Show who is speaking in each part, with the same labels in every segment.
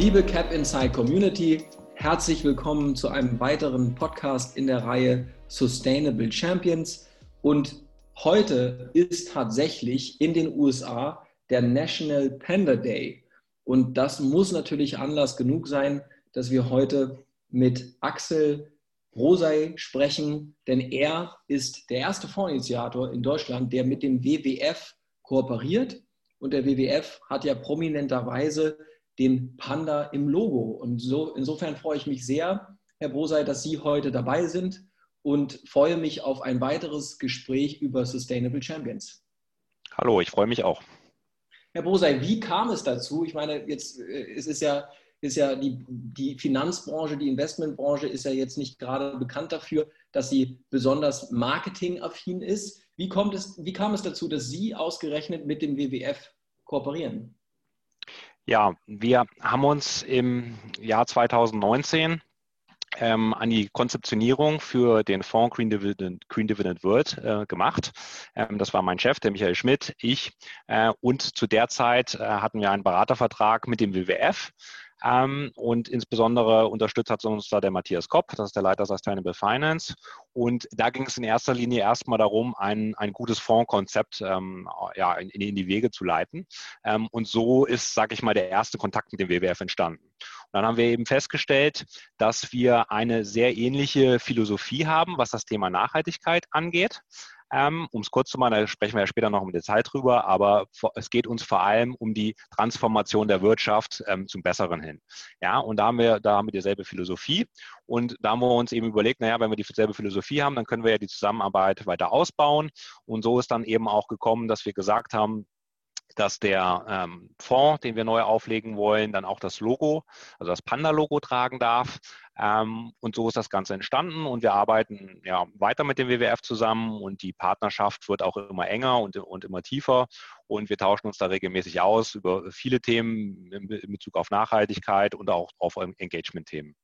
Speaker 1: Liebe Cap Insight Community, herzlich willkommen zu einem weiteren Podcast in der Reihe Sustainable Champions. Und heute ist tatsächlich in den USA der National Panda Day. Und das muss natürlich Anlass genug sein, dass wir heute mit Axel Rosei sprechen, denn er ist der erste Fondsinitiator in Deutschland, der mit dem WWF kooperiert. Und der WWF hat ja prominenterweise den Panda im Logo. Und insofern freue ich mich sehr, Herr Rosei, dass Sie heute dabei sind und freue mich auf ein weiteres Gespräch über Sustainable Champions.
Speaker 2: Hallo, ich freue mich auch.
Speaker 1: Herr Rosei, wie kam es dazu? Ich meine, es ist ja die Finanzbranche, die Investmentbranche ist ja jetzt nicht gerade bekannt dafür, dass sie besonders marketingaffin ist. Wie kam es dazu, dass Sie ausgerechnet mit dem WWF kooperieren?
Speaker 2: Ja, wir haben uns im Jahr 2019 an die Konzeptionierung für den Fonds Green Dividend World gemacht. Das war mein Chef, der Michael Schmidt, ich. Und zu der Zeit hatten wir einen Beratervertrag mit dem WWF. Und insbesondere unterstützt hat uns da der Matthias Kopp, das ist der Leiter Sustainable Finance. Und da ging es in erster Linie erstmal darum, ein gutes Fondskonzept in die Wege zu leiten. Und so ist, sage ich mal, der erste Kontakt mit dem WWF entstanden. Und dann haben wir eben festgestellt, dass wir eine sehr ähnliche Philosophie haben, was das Thema Nachhaltigkeit angeht. Um es kurz zu machen, da sprechen wir ja später noch im Detail drüber, aber es geht uns vor allem um die Transformation der Wirtschaft zum Besseren hin. Ja, und da haben wir dieselbe Philosophie und da haben wir uns eben überlegt, naja, wenn wir dieselbe Philosophie haben, dann können wir ja die Zusammenarbeit weiter ausbauen und so ist dann eben auch gekommen, dass wir gesagt haben, dass der Fonds, den wir neu auflegen wollen, dann auch das Logo, also das Panda-Logo tragen darf. Und so ist das Ganze entstanden und wir arbeiten ja weiter mit dem WWF zusammen und die Partnerschaft wird auch immer enger und immer tiefer und wir tauschen uns da regelmäßig aus über viele Themen in Bezug auf Nachhaltigkeit und auch auf Engagement-Themen.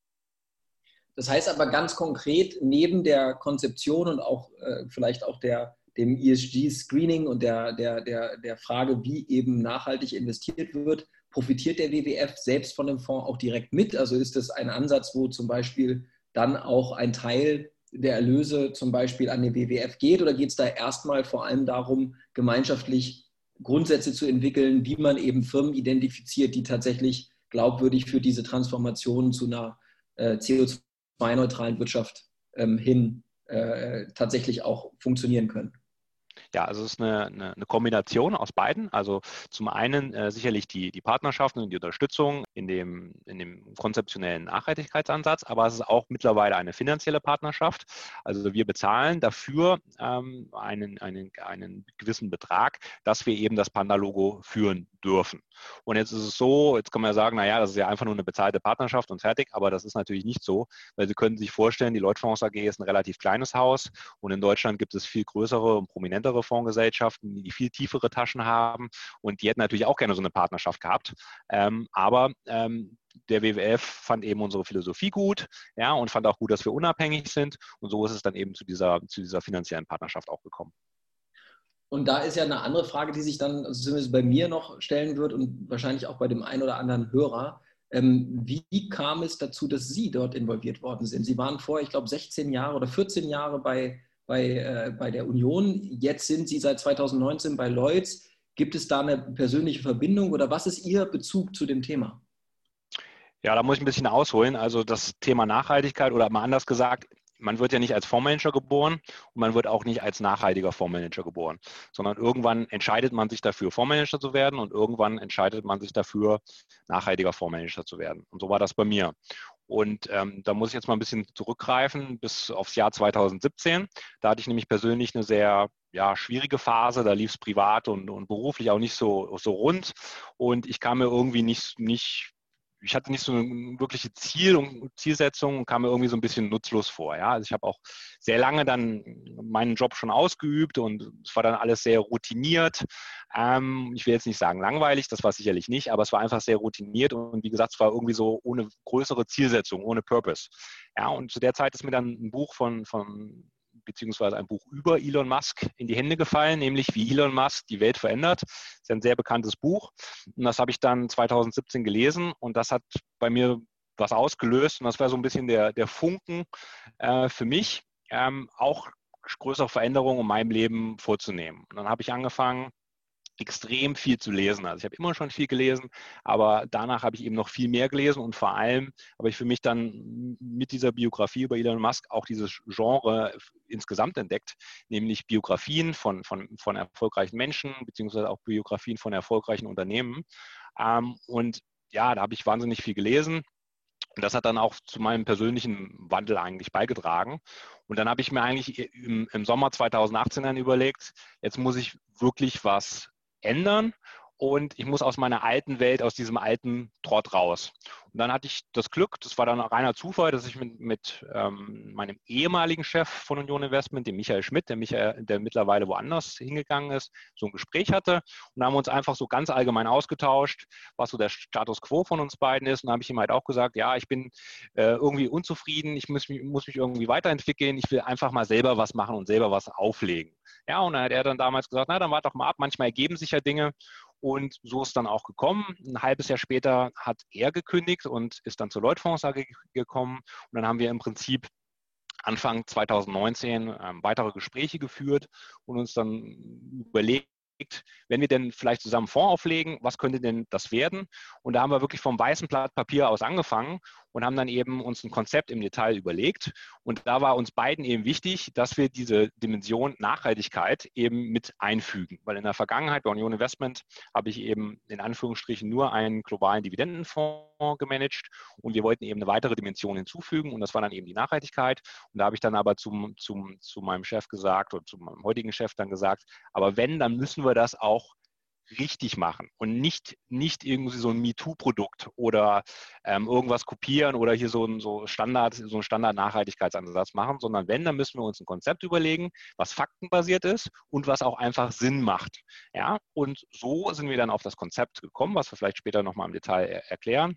Speaker 1: Das heißt aber ganz konkret, neben der Konzeption und auch vielleicht auch dem ESG-Screening und der Frage, wie eben nachhaltig investiert wird, profitiert der WWF selbst von dem Fonds auch direkt mit? Also ist das ein Ansatz, wo zum Beispiel dann auch ein Teil der Erlöse zum Beispiel an den WWF geht? Oder geht es da erstmal vor allem darum, gemeinschaftlich Grundsätze zu entwickeln, wie man eben Firmen identifiziert, die tatsächlich glaubwürdig für diese Transformation zu einer CO2-neutralen Wirtschaft hin tatsächlich auch funktionieren können?
Speaker 2: Ja, also es ist eine Kombination aus beiden. Also zum einen sicherlich die Partnerschaften und die Unterstützung in dem konzeptionellen Nachhaltigkeitsansatz, aber es ist auch mittlerweile eine finanzielle Partnerschaft. Also wir bezahlen dafür einen gewissen Betrag, dass wir eben das Panda-Logo führen dürfen. Und jetzt ist es so, jetzt kann man ja sagen, naja, das ist ja einfach nur eine bezahlte Partnerschaft und fertig, aber das ist natürlich nicht so, weil Sie können sich vorstellen, die Lloyd-Fonds AG ist ein relativ kleines Haus und in Deutschland gibt es viel größere und prominentere Fondsgesellschaften, die viel tiefere Taschen haben und die hätten natürlich auch gerne so eine Partnerschaft gehabt, aber der WWF fand eben unsere Philosophie gut, ja, und fand auch gut, dass wir unabhängig sind und so ist es dann eben zu dieser finanziellen Partnerschaft auch gekommen.
Speaker 1: Und da ist ja eine andere Frage, die sich dann also zumindest bei mir noch stellen wird und wahrscheinlich auch bei dem einen oder anderen Hörer. Wie kam es dazu, dass Sie dort involviert worden sind? Sie waren vorher, ich glaube, 16 Jahre oder 14 Jahre bei der Union. Jetzt sind Sie seit 2019 bei Lloyds. Gibt es da eine persönliche Verbindung oder was ist Ihr Bezug zu dem Thema?
Speaker 2: Ja, da muss ich ein bisschen ausholen. Also das Thema Nachhaltigkeit oder mal anders gesagt, man wird ja nicht als Fondsmanager geboren und man wird auch nicht als nachhaltiger Fondsmanager geboren, sondern irgendwann entscheidet man sich dafür, Fondsmanager zu werden und irgendwann entscheidet man sich dafür, nachhaltiger Fondsmanager zu werden. Und so war das bei mir. Und da muss ich jetzt mal ein bisschen zurückgreifen bis aufs Jahr 2017. Da hatte ich nämlich persönlich eine sehr schwierige Phase. Da lief es privat und beruflich auch nicht so rund. Und ich kam mir irgendwie ich hatte nicht so eine wirkliche Zielsetzung und kam mir irgendwie so ein bisschen nutzlos vor. Ja? Also ich habe auch sehr lange dann meinen Job schon ausgeübt und es war dann alles sehr routiniert. Ich will jetzt nicht sagen langweilig, das war es sicherlich nicht, aber es war einfach sehr routiniert und wie gesagt, es war irgendwie so ohne größere Zielsetzung, ohne Purpose. Ja, und zu der Zeit ist mir dann ein Buch von beziehungsweise ein Buch über Elon Musk in die Hände gefallen, nämlich Wie Elon Musk die Welt verändert. Das ist ein sehr bekanntes Buch und das habe ich dann 2017 gelesen und das hat bei mir was ausgelöst und das war so ein bisschen der Funken für mich, auch größere Veränderungen in meinem Leben vorzunehmen. Und dann habe ich angefangen, extrem viel zu lesen. Also ich habe immer schon viel gelesen, aber danach habe ich eben noch viel mehr gelesen und vor allem habe ich für mich dann mit dieser Biografie über Elon Musk auch dieses Genre insgesamt entdeckt, nämlich Biografien von erfolgreichen Menschen, beziehungsweise auch Biografien von erfolgreichen Unternehmen. Und ja, da habe ich wahnsinnig viel gelesen. Und das hat dann auch zu meinem persönlichen Wandel eigentlich beigetragen. Und dann habe ich mir eigentlich im Sommer 2018 dann überlegt, jetzt muss ich wirklich was ändern und ich muss aus meiner alten Welt, aus diesem alten Trott raus. Und dann hatte ich das Glück, das war dann reiner Zufall, dass ich mit meinem ehemaligen Chef von Union Investment, dem Michael Schmidt, der mittlerweile woanders hingegangen ist, so ein Gespräch hatte. Und da haben wir uns einfach so ganz allgemein ausgetauscht, was so der Status quo von uns beiden ist. Und da habe ich ihm halt auch gesagt, ja, ich bin irgendwie unzufrieden, ich muss mich irgendwie weiterentwickeln, ich will einfach mal selber was machen und selber was auflegen. Ja, und dann hat er dann damals gesagt, na, dann warte doch mal ab, manchmal ergeben sich ja Dinge. Und so ist dann auch gekommen. Ein halbes Jahr später hat er gekündigt und ist dann zur Lloyd-Fonds AG gekommen. Und dann haben wir im Prinzip Anfang 2019 weitere Gespräche geführt und uns dann überlegt, wenn wir denn vielleicht zusammen einen Fonds auflegen, was könnte denn das werden? Und da haben wir wirklich vom weißen Blatt Papier aus angefangen und haben dann eben uns ein Konzept im Detail überlegt. Und da war uns beiden eben wichtig, dass wir diese Dimension Nachhaltigkeit eben mit einfügen. Weil in der Vergangenheit bei Union Investment habe ich eben in Anführungsstrichen nur einen globalen Dividendenfonds gemanagt und wir wollten eben eine weitere Dimension hinzufügen und das war dann eben die Nachhaltigkeit. Und da habe ich dann aber zu meinem Chef gesagt oder zu meinem heutigen Chef dann gesagt, aber wenn, dann müssen wir das auch richtig machen und nicht irgendwie so ein MeToo-Produkt oder irgendwas kopieren oder hier so ein Standard-Nachhaltigkeitsansatz machen, sondern wenn, dann müssen wir uns ein Konzept überlegen, was faktenbasiert ist und was auch einfach Sinn macht. Ja? Und so sind wir dann auf das Konzept gekommen, was wir vielleicht später nochmal im Detail erklären.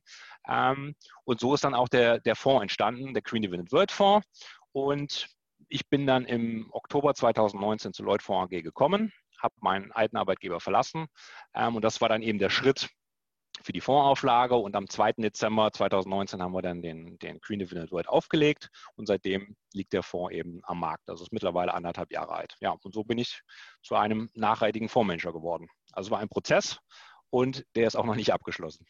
Speaker 2: Und so ist dann auch der Fonds entstanden, der Green Dividend World Fonds. Und ich bin dann im Oktober 2019 zu Lloyd-Fonds AG gekommen, habe meinen alten Arbeitgeber verlassen und das war dann eben der Schritt für die Fondsauflage und am 2. Dezember 2019 haben wir dann den Green Dividend World aufgelegt und seitdem liegt der Fonds eben am Markt. Also ist mittlerweile 1,5 Jahre alt. Ja, und so bin ich zu einem nachhaltigen Fondsmanager geworden. Also war ein Prozess und der ist auch noch nicht abgeschlossen.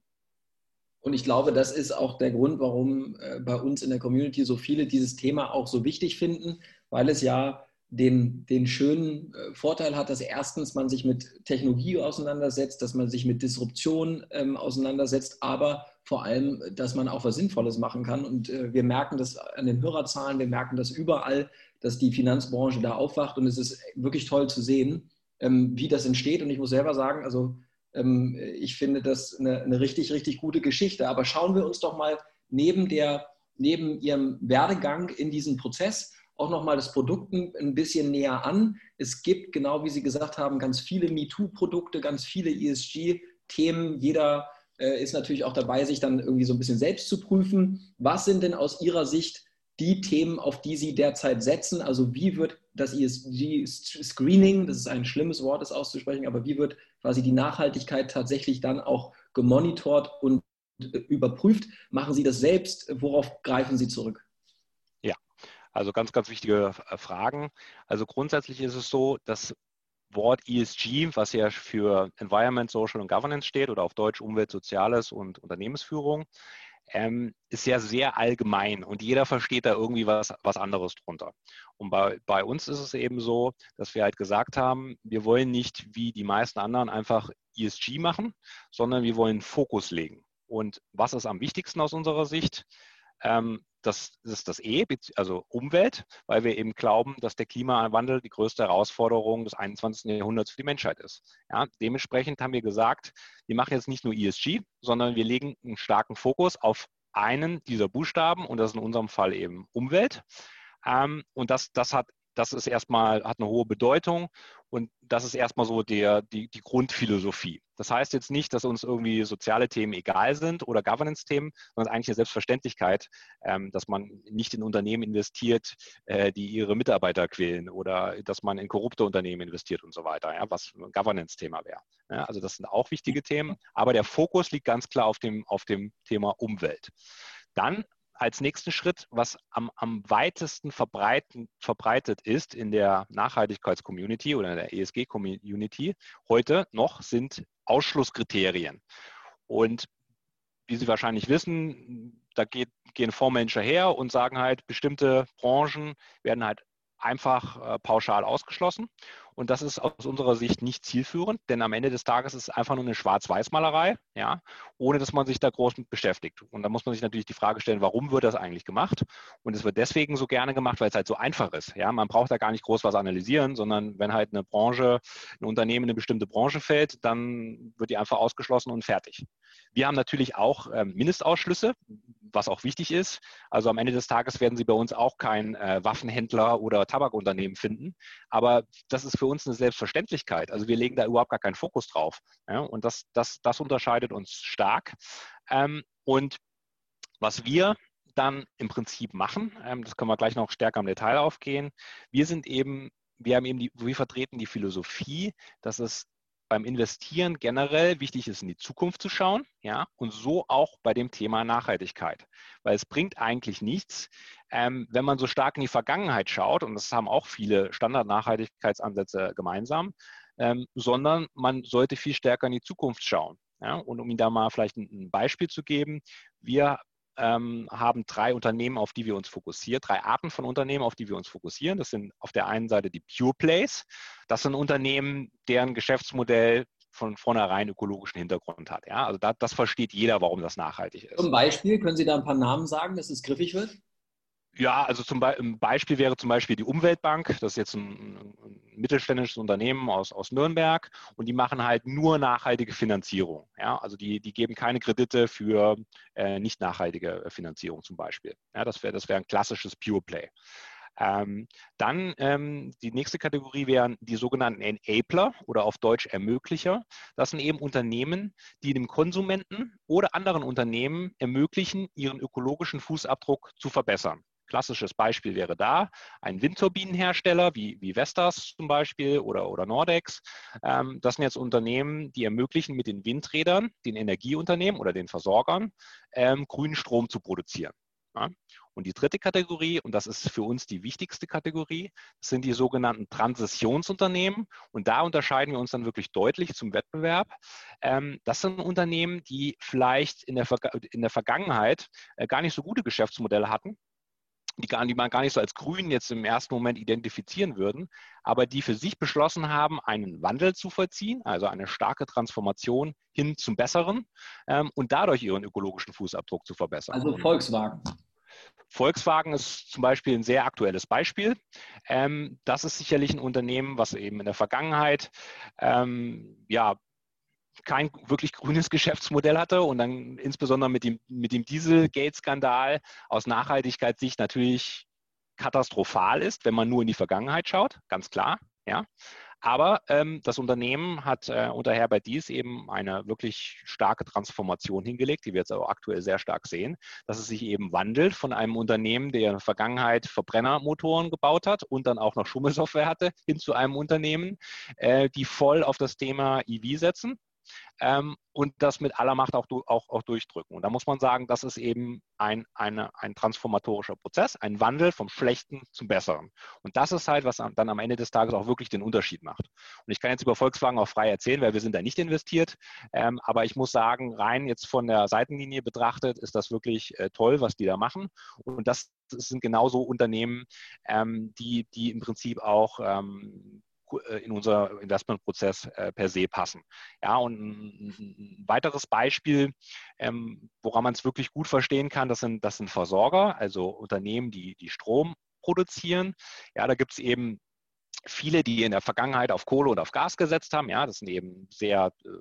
Speaker 1: Und ich glaube, das ist auch der Grund, warum bei uns in der Community so viele dieses Thema auch so wichtig finden, weil es ja den schönen Vorteil hat, dass erstens man sich mit Technologie auseinandersetzt, dass man sich mit Disruption auseinandersetzt, aber vor allem, dass man auch was Sinnvolles machen kann. Und wir merken das an den Hörerzahlen, wir merken das überall, dass die Finanzbranche da aufwacht. Und es ist wirklich toll zu sehen, wie das entsteht. Und ich muss selber sagen, also ich finde das eine richtig, richtig gute Geschichte. Aber schauen wir uns doch mal neben Ihrem Werdegang in diesem Prozess auch nochmal das Produkt ein bisschen näher an. Es gibt, genau wie Sie gesagt haben, ganz viele MeToo-Produkte, ganz viele ESG-Themen. Jeder ist natürlich auch dabei, sich dann irgendwie so ein bisschen selbst zu prüfen. Was sind denn aus Ihrer Sicht die Themen, auf die Sie derzeit setzen? Also wie wird das ESG-Screening, das ist ein schlimmes Wort, das auszusprechen, aber wie wird quasi die Nachhaltigkeit tatsächlich dann auch gemonitort und überprüft? Machen Sie das selbst? Worauf greifen Sie zurück?
Speaker 2: Ja, also ganz, ganz wichtige Fragen. Also grundsätzlich ist es so, das Wort ESG, was ja für Environment, Social und Governance steht oder auf Deutsch Umwelt, Soziales und Unternehmensführung, ist ja sehr allgemein und jeder versteht da irgendwie was anderes drunter. Und bei uns ist es eben so, dass wir halt gesagt haben, wir wollen nicht wie die meisten anderen einfach ESG machen, sondern wir wollen Fokus legen. Und was ist am wichtigsten aus unserer Sicht? Das ist das E, also Umwelt, weil wir eben glauben, dass der Klimawandel die größte Herausforderung des 21. Jahrhunderts für die Menschheit ist. Ja, dementsprechend haben wir gesagt, wir machen jetzt nicht nur ESG, sondern wir legen einen starken Fokus auf einen dieser Buchstaben und das ist in unserem Fall eben Umwelt. Und das ist erstmal, hat eine hohe Bedeutung und das ist erstmal so die Grundphilosophie. Das heißt jetzt nicht, dass uns irgendwie soziale Themen egal sind oder Governance-Themen, sondern eigentlich eine Selbstverständlichkeit, dass man nicht in Unternehmen investiert, die ihre Mitarbeiter quälen oder dass man in korrupte Unternehmen investiert und so weiter, ja, was ein Governance-Thema wäre. Ja, also das sind auch wichtige Themen, aber der Fokus liegt ganz klar auf dem Thema Umwelt. Dann als nächsten Schritt, was am weitesten verbreitet ist in der Nachhaltigkeits-Community oder in der ESG-Community heute noch, sind Ausschlusskriterien. Und wie Sie wahrscheinlich wissen, da gehen Fondsmanager her und sagen halt, bestimmte Branchen werden halt einfach pauschal ausgeschlossen. Und das ist aus unserer Sicht nicht zielführend, denn am Ende des Tages ist es einfach nur eine Schwarz-Weiß-Malerei, ja, ohne dass man sich da groß mit beschäftigt. Und da muss man sich natürlich die Frage stellen, warum wird das eigentlich gemacht? Und es wird deswegen so gerne gemacht, weil es halt so einfach ist. Ja, man braucht da gar nicht groß was analysieren, sondern wenn halt eine Branche, ein Unternehmen in eine bestimmte Branche fällt, dann wird die einfach ausgeschlossen und fertig. Wir haben natürlich auch Mindestausschlüsse, was auch wichtig ist. Also am Ende des Tages werden Sie bei uns auch keinen Waffenhändler oder Tabakunternehmen finden. Aber das ist für uns eine Selbstverständlichkeit. Also wir legen da überhaupt gar keinen Fokus drauf. Ja? Und das unterscheidet uns stark. Und was wir dann im Prinzip machen, das können wir gleich noch stärker im Detail aufgehen, wir vertreten die Philosophie, dass es beim Investieren generell wichtig ist, in die Zukunft zu schauen, ja, und so auch bei dem Thema Nachhaltigkeit. Weil es bringt eigentlich nichts, wenn man so stark in die Vergangenheit schaut, und das haben auch viele Standard-Nachhaltigkeitsansätze gemeinsam, sondern man sollte viel stärker in die Zukunft schauen. Ja. Und um Ihnen da mal vielleicht ein Beispiel zu geben, wir haben 3 Unternehmen, auf die wir uns fokussieren, 3 Arten von Unternehmen, auf die wir uns fokussieren. Das sind auf der einen Seite die Pure Plays. Das sind Unternehmen, deren Geschäftsmodell von vornherein ökologischen Hintergrund hat. Ja? Also das versteht jeder, warum das nachhaltig ist.
Speaker 1: Zum Beispiel, können Sie da ein paar Namen sagen, dass es griffig wird?
Speaker 2: Ja, also ein Beispiel wäre zum Beispiel die Umweltbank. Das ist jetzt ein mittelständisches Unternehmen aus Nürnberg und die machen halt nur nachhaltige Finanzierung. Ja, also die geben keine Kredite für nicht nachhaltige Finanzierung zum Beispiel. Ja, das wäre ein klassisches Pure Play. Dann die nächste Kategorie wären die sogenannten Enabler oder auf Deutsch Ermöglicher. Das sind eben Unternehmen, die dem Konsumenten oder anderen Unternehmen ermöglichen, ihren ökologischen Fußabdruck zu verbessern. Klassisches Beispiel wäre da ein Windturbinenhersteller wie Vestas zum Beispiel oder Nordex. Das sind jetzt Unternehmen, die ermöglichen, mit den Windrädern den Energieunternehmen oder den Versorgern grünen Strom zu produzieren. Ja. Und die dritte Kategorie, und das ist für uns die wichtigste Kategorie, sind die sogenannten Transitionsunternehmen. Und da unterscheiden wir uns dann wirklich deutlich zum Wettbewerb. Das sind Unternehmen, die vielleicht in der Vergangenheit gar nicht so gute Geschäftsmodelle hatten, die man gar nicht so als grün jetzt im ersten Moment identifizieren würden, aber die für sich beschlossen haben, einen Wandel zu vollziehen, also eine starke Transformation hin zum Besseren und dadurch ihren ökologischen Fußabdruck zu verbessern.
Speaker 1: Also Volkswagen.
Speaker 2: Volkswagen ist zum Beispiel ein sehr aktuelles Beispiel. Das ist sicherlich ein Unternehmen, was eben in der Vergangenheit kein wirklich grünes Geschäftsmodell hatte und dann insbesondere mit dem Dieselgate-Skandal aus Nachhaltigkeitssicht natürlich katastrophal ist, wenn man nur in die Vergangenheit schaut, ganz klar. Ja. Aber das Unternehmen hat unter Herbert Diess eben eine wirklich starke Transformation hingelegt, die wir jetzt auch aktuell sehr stark sehen, dass es sich eben wandelt von einem Unternehmen, der in der Vergangenheit Verbrennermotoren gebaut hat und dann auch noch Schummelsoftware hatte, hin zu einem Unternehmen, die voll auf das Thema EV setzen. Und das mit aller Macht auch durchdrücken. Und da muss man sagen, das ist eben ein transformatorischer Prozess, ein Wandel vom Schlechten zum Besseren. Und das ist halt, was dann am Ende des Tages auch wirklich den Unterschied macht. Und ich kann jetzt über Volkswagen auch frei erzählen, weil wir sind da nicht investiert. Aber ich muss sagen, rein jetzt von der Seitenlinie betrachtet, ist das wirklich toll, was die da machen. Und das sind genauso Unternehmen, die im Prinzip auch in unser Investmentprozess per se passen. Ja, und ein weiteres Beispiel, woran man es wirklich gut verstehen kann, das sind Versorger, also Unternehmen, die Strom produzieren. Ja, da gibt es eben viele, die in der Vergangenheit auf Kohle und auf Gas gesetzt haben. Ja, das sind eben sehr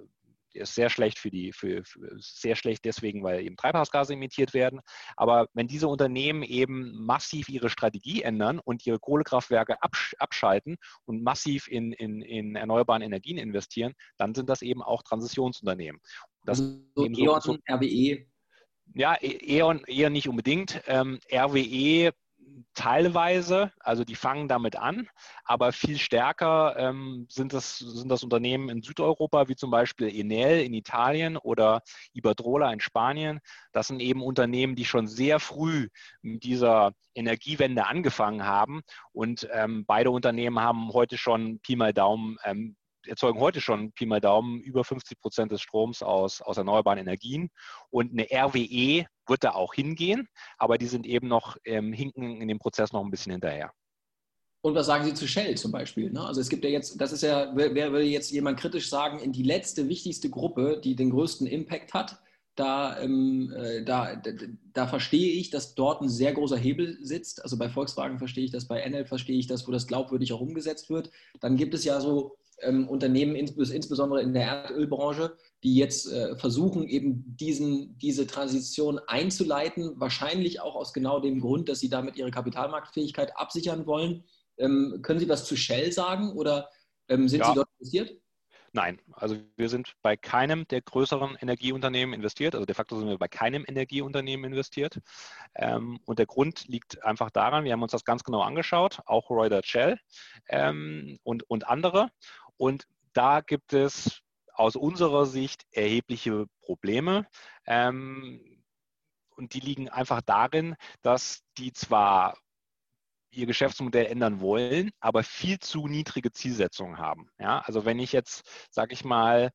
Speaker 2: ist sehr schlecht sehr schlecht deswegen, weil eben Treibhausgase emittiert werden. Aber wenn diese Unternehmen eben massiv ihre Strategie ändern und ihre Kohlekraftwerke abschalten und massiv in erneuerbaren Energien investieren, dann sind das eben auch Transitionsunternehmen. Das
Speaker 1: Also so E.ON, RWE.
Speaker 2: Ja, E.ON eher nicht unbedingt. RWE teilweise, also die fangen damit an, aber viel stärker sind das Unternehmen in Südeuropa, wie zum Beispiel Enel in Italien oder Iberdrola in Spanien. Das sind eben Unternehmen, die schon sehr früh mit dieser Energiewende angefangen haben und beide Unternehmen haben heute schon Pi mal Daumen erzeugen heute schon Pi mal Daumen über 50% des Stroms aus erneuerbaren Energien. Und eine RWE wird da auch hingehen, aber die sind eben noch, hinken in dem Prozess noch ein bisschen hinterher.
Speaker 1: Und was sagen Sie zu Shell zum Beispiel? Ne? Also es gibt ja jetzt, das ist ja, wer würde jetzt jemand kritisch sagen, in die letzte wichtigste Gruppe, die den größten Impact hat, da verstehe ich, dass dort ein sehr großer Hebel sitzt. Also bei Volkswagen verstehe ich das, bei Enel verstehe ich das, wo das glaubwürdig auch umgesetzt wird. Dann gibt es ja so Unternehmen, insbesondere in der Erdölbranche, die jetzt versuchen, eben diese Transition einzuleiten, wahrscheinlich auch aus genau dem Grund, dass sie damit ihre Kapitalmarktfähigkeit absichern wollen. Können Sie was zu Shell sagen oder sind Sie dort interessiert?
Speaker 2: Nein, also wir sind bei keinem der größeren Energieunternehmen investiert. Also de facto sind wir bei keinem Energieunternehmen investiert. Und der Grund liegt einfach daran, wir haben uns das ganz genau angeschaut, auch Reuters Shell und andere. Und da gibt es aus unserer Sicht erhebliche Probleme. Und die liegen einfach darin, dass die zwar ihr Geschäftsmodell ändern wollen, aber viel zu niedrige Zielsetzungen haben. Ja, also wenn ich jetzt, sage ich mal,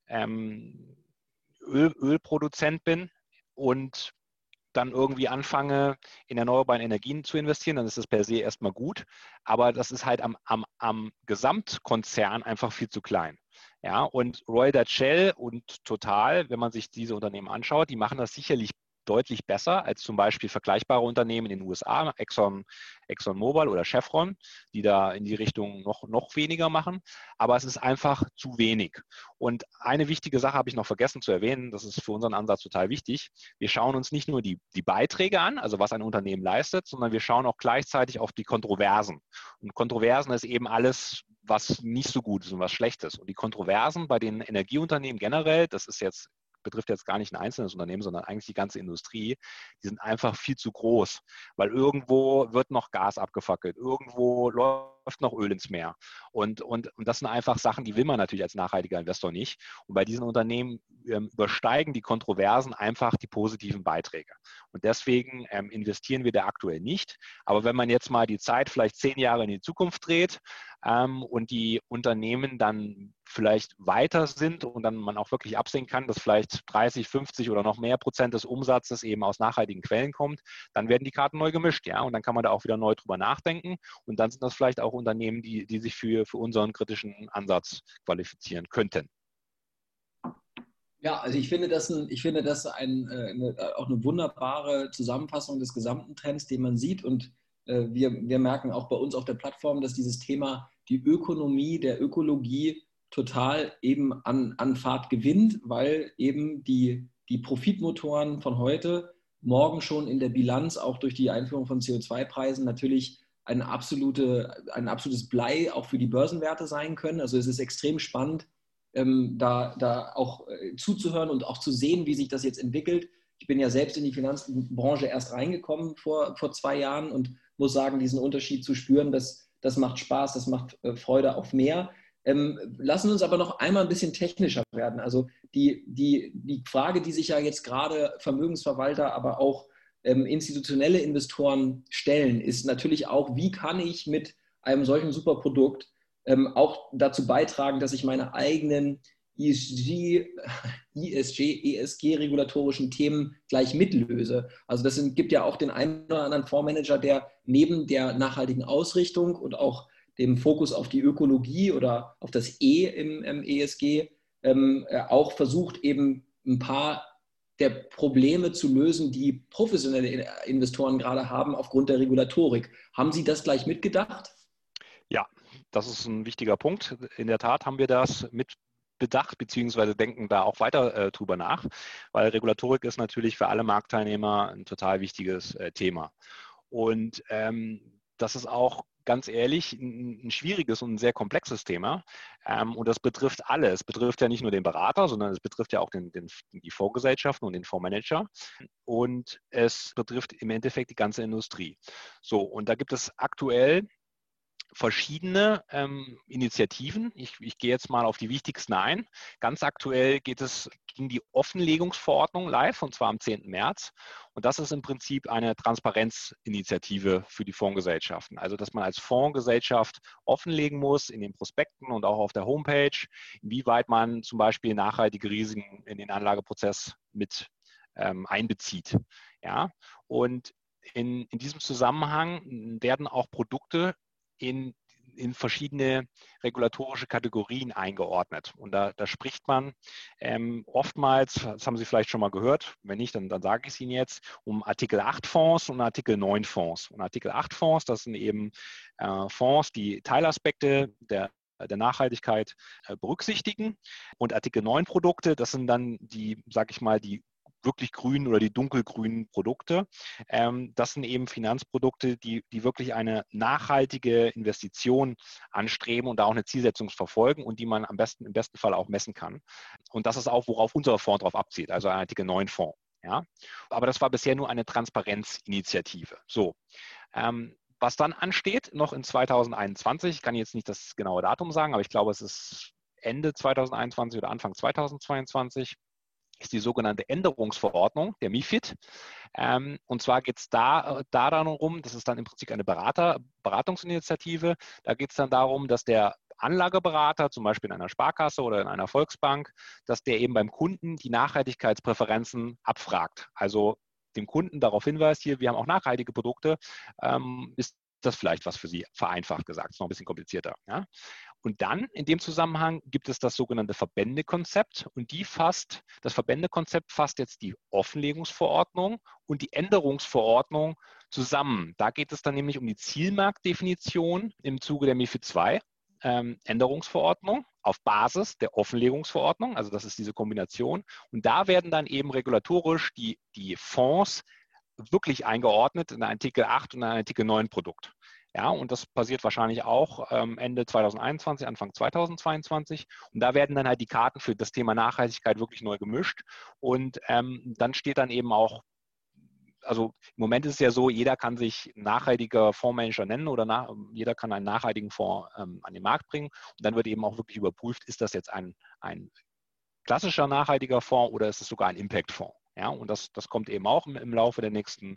Speaker 2: Ölproduzent bin und dann irgendwie anfange, in erneuerbare Energien zu investieren, dann ist das per se erstmal gut. Aber das ist halt am Gesamtkonzern einfach viel zu klein. Ja, und Royal Dutch Shell und Total, wenn man sich diese Unternehmen anschaut, die machen das sicherlich deutlich besser als zum Beispiel vergleichbare Unternehmen in den USA, ExxonMobil oder Chevron, die da in die Richtung noch weniger machen. Aber es ist einfach zu wenig. Und eine wichtige Sache habe ich noch vergessen zu erwähnen, das ist für unseren Ansatz total wichtig. Wir schauen uns nicht nur die Beiträge an, also was ein Unternehmen leistet, sondern wir schauen auch gleichzeitig auf die Kontroversen. Und Kontroversen ist eben alles, was nicht so gut ist und was schlecht ist. Und die Kontroversen bei den Energieunternehmen generell, betrifft jetzt gar nicht ein einzelnes Unternehmen, sondern eigentlich die ganze Industrie, die sind einfach viel zu groß, weil irgendwo wird noch Gas abgefackelt, irgendwo läuft noch Öl ins Meer. Und das sind einfach Sachen, die will man natürlich als nachhaltiger Investor nicht. Und bei diesen Unternehmen übersteigen die Kontroversen einfach die positiven Beiträge. Und deswegen investieren wir da aktuell nicht. Aber wenn man jetzt mal die Zeit vielleicht 10 Jahre in die Zukunft dreht und die Unternehmen dann vielleicht weiter sind und dann man auch wirklich absehen kann, dass vielleicht 30, 50 oder noch mehr Prozent des Umsatzes eben aus nachhaltigen Quellen kommt, dann werden die Karten neu gemischt, ja, und dann kann man da auch wieder neu drüber nachdenken und dann sind das vielleicht auch Unternehmen, die sich für unseren kritischen Ansatz qualifizieren könnten.
Speaker 1: Ja, also ich finde das auch eine wunderbare Zusammenfassung des gesamten Trends, den man sieht. Und wir merken auch bei uns auf der Plattform, dass dieses Thema die Ökonomie der Ökologie total eben an Fahrt gewinnt, weil eben die Profitmotoren von heute morgen schon in der Bilanz auch durch die Einführung von CO2-Preisen natürlich ein absolutes Blei auch für die Börsenwerte sein können. Also es ist extrem spannend, da auch zuzuhören und auch zu sehen, wie sich das jetzt entwickelt. Ich bin ja selbst in die Finanzbranche erst reingekommen vor 2 Jahren und muss sagen, diesen Unterschied zu spüren, das macht Spaß, das macht Freude auf mehr. Lassen uns aber noch einmal ein bisschen technischer werden. Also die Frage, die sich ja jetzt gerade Vermögensverwalter, aber auch institutionelle Investoren stellen, ist natürlich auch, wie kann ich mit einem solchen Superprodukt auch dazu beitragen, dass ich meine eigenen ESG-regulatorischen Themen gleich mitlöse. Also gibt ja auch den einen oder anderen Fondsmanager, der neben der nachhaltigen Ausrichtung und auch dem Fokus auf die Ökologie oder auf das E im ESG auch versucht, eben ein paar der Probleme zu lösen, die professionelle Investoren gerade haben aufgrund der Regulatorik. Haben Sie das gleich mitgedacht?
Speaker 2: Ja, das ist ein wichtiger Punkt. In der Tat haben wir das mit bedacht, beziehungsweise denken da auch weiter drüber nach, weil Regulatorik ist natürlich für alle Marktteilnehmer ein total wichtiges Thema. Und das ist auch ganz ehrlich ein schwieriges und ein sehr komplexes Thema. Und das betrifft alle. Es betrifft ja nicht nur den Berater, sondern es betrifft ja auch die Fondsgesellschaften und den Fondsmanager. Und es betrifft im Endeffekt die ganze Industrie. So, und da gibt es aktuell verschiedene Initiativen. Ich gehe jetzt mal auf die wichtigsten ein. Ganz aktuell ging die Offenlegungsverordnung live, und zwar am 10. März. Und das ist im Prinzip eine Transparenzinitiative für die Fondsgesellschaften. Also, dass man als Fondsgesellschaft offenlegen muss in den Prospekten und auch auf der Homepage, inwieweit man zum Beispiel nachhaltige Risiken in den Anlageprozess mit einbezieht. Ja? Und in diesem Zusammenhang werden auch Produkte in verschiedene regulatorische Kategorien eingeordnet. Und da spricht man oftmals, das haben Sie vielleicht schon mal gehört, wenn nicht, dann sage ich es Ihnen jetzt, um Artikel 8 Fonds und Artikel 9 Fonds. Und Artikel 8 Fonds, das sind eben Fonds, die Teilaspekte der Nachhaltigkeit berücksichtigen. Und Artikel 9 Produkte, das sind dann die, sage ich mal, die wirklich grünen oder die dunkelgrünen Produkte. Das sind eben Finanzprodukte, die wirklich eine nachhaltige Investition anstreben und da auch eine Zielsetzung verfolgen und die man im besten Fall auch messen kann. Und das ist auch, worauf unser Fonds drauf abzielt, also ein Artikel 9 Fonds. Ja? Aber das war bisher nur eine Transparenzinitiative. So. Was dann ansteht, noch in 2021, ich kann jetzt nicht das genaue Datum sagen, aber ich glaube, es ist Ende 2021 oder Anfang 2022, ist die sogenannte Änderungsverordnung, der MiFID. Und zwar geht es da darum, das ist dann im Prinzip eine Beratungsinitiative, da geht es dann darum, dass der Anlageberater, zum Beispiel in einer Sparkasse oder in einer Volksbank, dass der eben beim Kunden die Nachhaltigkeitspräferenzen abfragt. Also dem Kunden darauf hinweist, hier, wir haben auch nachhaltige Produkte, ist das vielleicht was für Sie, vereinfacht gesagt, ist noch ein bisschen komplizierter. Ja? Und dann in dem Zusammenhang gibt es das sogenannte Verbändekonzept und das Verbändekonzept fasst jetzt die Offenlegungsverordnung und die Änderungsverordnung zusammen. Da geht es dann nämlich um die Zielmarktdefinition im Zuge der MiFID II. Änderungsverordnung auf Basis der Offenlegungsverordnung, also das ist diese Kombination. Und da werden dann eben regulatorisch die Fonds wirklich eingeordnet in Artikel 8 und Artikel 9 Produkt. Ja, und das passiert wahrscheinlich auch Ende 2021, Anfang 2022. Und da werden dann halt die Karten für das Thema Nachhaltigkeit wirklich neu gemischt. Und dann steht dann eben auch, also im Moment ist es ja so, jeder kann sich nachhaltiger Fondsmanager nennen oder jeder kann einen nachhaltigen Fonds an den Markt bringen. Und dann wird eben auch wirklich überprüft, ist das jetzt ein klassischer nachhaltiger Fonds oder ist es sogar ein Impact-Fonds? Ja, und das kommt eben auch im Laufe des nächsten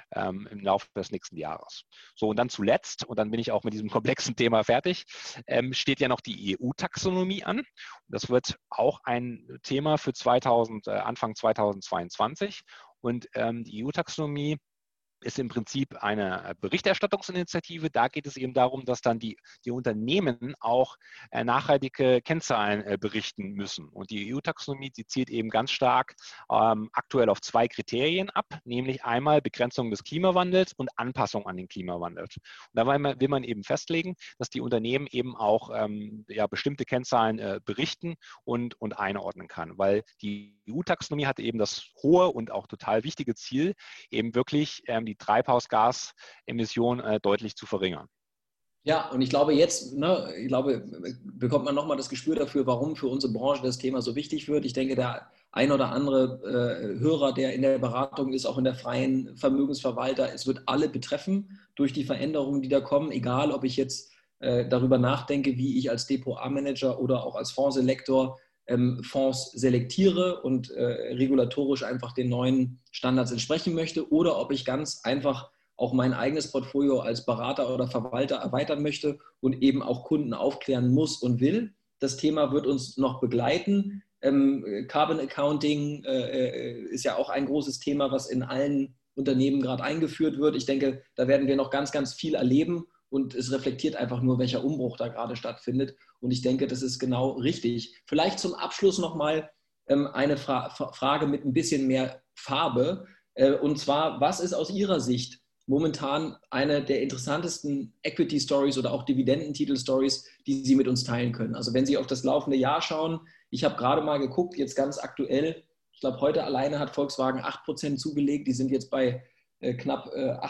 Speaker 2: Jahres. So, und dann zuletzt, und dann bin ich auch mit diesem komplexen Thema fertig, steht ja noch die EU-Taxonomie an. Das wird auch ein Thema für Anfang 2022. Und die EU-Taxonomie ist im Prinzip eine Berichterstattungsinitiative. Da geht es eben darum, dass dann die Unternehmen auch nachhaltige Kennzahlen berichten müssen. Und die EU-Taxonomie, die zielt eben ganz stark aktuell auf 2 Kriterien ab, nämlich einmal Begrenzung des Klimawandels und Anpassung an den Klimawandel. Und da will man eben festlegen, dass die Unternehmen eben auch bestimmte Kennzahlen berichten und einordnen kann. Weil die EU-Taxonomie hatte eben das hohe und auch total wichtige Ziel, eben wirklich die Treibhausgasemissionen deutlich zu verringern.
Speaker 1: Ja, und ich glaube jetzt, bekommt man nochmal das Gespür dafür, warum für unsere Branche das Thema so wichtig wird. Ich denke, der ein oder andere Hörer, der in der Beratung ist, auch in der freien Vermögensverwalter, es wird alle betreffen durch die Veränderungen, die da kommen, egal ob ich jetzt darüber nachdenke, wie ich als Depot-A-Manager oder auch als Fondsselektor Fonds selektiere und regulatorisch einfach den neuen Standards entsprechen möchte oder ob ich ganz einfach auch mein eigenes Portfolio als Berater oder Verwalter erweitern möchte und eben auch Kunden aufklären muss und will. Das Thema wird uns noch begleiten. Carbon Accounting ist ja auch ein großes Thema, was in allen Unternehmen gerade eingeführt wird. Ich denke, da werden wir noch ganz, ganz viel erleben und es reflektiert einfach nur, welcher Umbruch da gerade stattfindet. Und ich denke, das ist genau richtig. Vielleicht zum Abschluss nochmal eine Frage mit ein bisschen mehr Farbe. Und zwar, was ist aus Ihrer Sicht momentan eine der interessantesten Equity-Stories oder auch Dividendentitel-Stories, die Sie mit uns teilen können? Also wenn Sie auf das laufende Jahr schauen, Ich habe gerade mal geguckt, jetzt ganz aktuell, ich glaube, heute alleine hat Volkswagen 8% zugelegt. Die sind jetzt bei knapp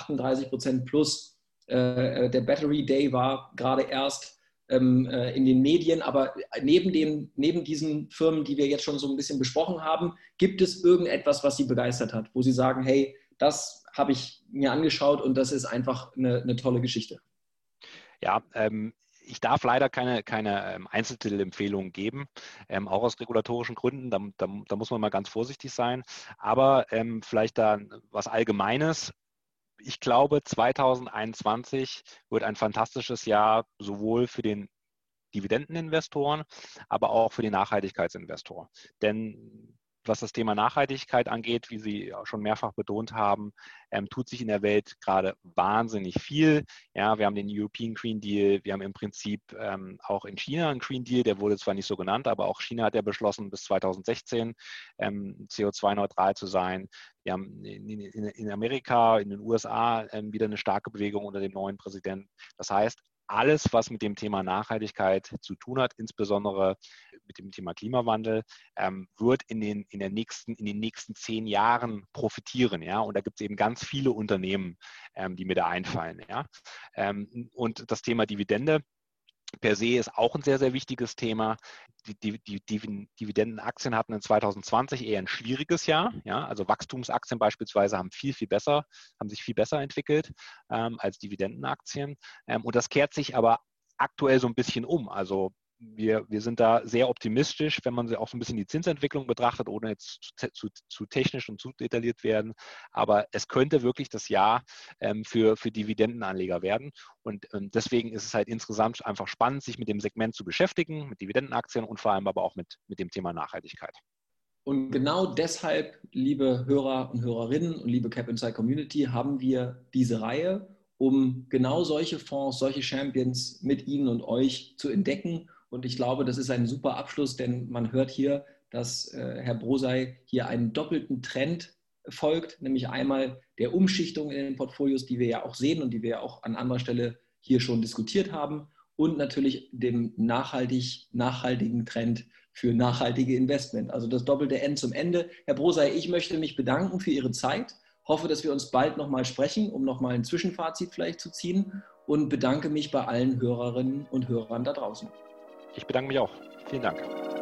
Speaker 1: 38% plus. Der Battery Day war gerade erst in den Medien. Aber neben diesen Firmen, die wir jetzt schon so ein bisschen besprochen haben, gibt es irgendetwas, was Sie begeistert hat, wo Sie sagen, hey, das habe ich mir angeschaut und das ist einfach eine tolle Geschichte?
Speaker 2: Ja, ich darf leider keine Einzeltitelempfehlungen geben, auch aus regulatorischen Gründen. Da muss man mal ganz vorsichtig sein. Aber vielleicht da was Allgemeines. Ich glaube, 2021 wird ein fantastisches Jahr sowohl für den Dividendeninvestoren, aber auch für die Nachhaltigkeitsinvestoren. Denn was das Thema Nachhaltigkeit angeht, wie Sie auch schon mehrfach betont haben, tut sich in der Welt gerade wahnsinnig viel. Ja, wir haben den European Green Deal, wir haben im Prinzip auch in China einen Green Deal, der wurde zwar nicht so genannt, aber auch China hat ja beschlossen, bis 2016 CO2-neutral zu sein. Wir haben in Amerika, in den USA wieder eine starke Bewegung unter dem neuen Präsidenten. Das heißt, alles, was mit dem Thema Nachhaltigkeit zu tun hat, insbesondere mit dem Thema Klimawandel, wird in den nächsten 10 Jahren profitieren. Ja? Und da gibt es eben ganz viele Unternehmen, die mir da einfallen. Ja? Und das Thema Dividende per se ist auch ein sehr, sehr wichtiges Thema. Die Dividendenaktien hatten in 2020 eher ein schwieriges Jahr. Ja? Also Wachstumsaktien beispielsweise haben sich viel besser entwickelt als Dividendenaktien. Und das kehrt sich aber aktuell so ein bisschen um. Also wir sind da sehr optimistisch, wenn man auch so ein bisschen die Zinsentwicklung betrachtet, ohne jetzt zu technisch und zu detailliert werden. Aber es könnte wirklich das Jahr für Dividendenanleger werden. Und deswegen ist es halt insgesamt einfach spannend, sich mit dem Segment zu beschäftigen, mit Dividendenaktien und vor allem aber auch mit dem Thema Nachhaltigkeit.
Speaker 1: Und genau deshalb, liebe Hörer und Hörerinnen und liebe Cap Inside Community, haben wir diese Reihe, um genau solche Fonds, solche Champions mit Ihnen und euch zu entdecken. Und ich glaube, das ist ein super Abschluss, denn man hört hier, dass Herr Brosey hier einen doppelten Trend folgt, nämlich einmal der Umschichtung in den Portfolios, die wir ja auch sehen und die wir ja auch an anderer Stelle hier schon diskutiert haben, und natürlich dem nachhaltigen Trend für nachhaltige Investment. Also das doppelte N zum Ende. Herr Brosey, ich möchte mich bedanken für Ihre Zeit. Hoffe, dass wir uns bald nochmal sprechen, um nochmal ein Zwischenfazit vielleicht zu ziehen, und bedanke mich bei allen Hörerinnen und Hörern da draußen.
Speaker 2: Ich bedanke mich auch. Vielen Dank.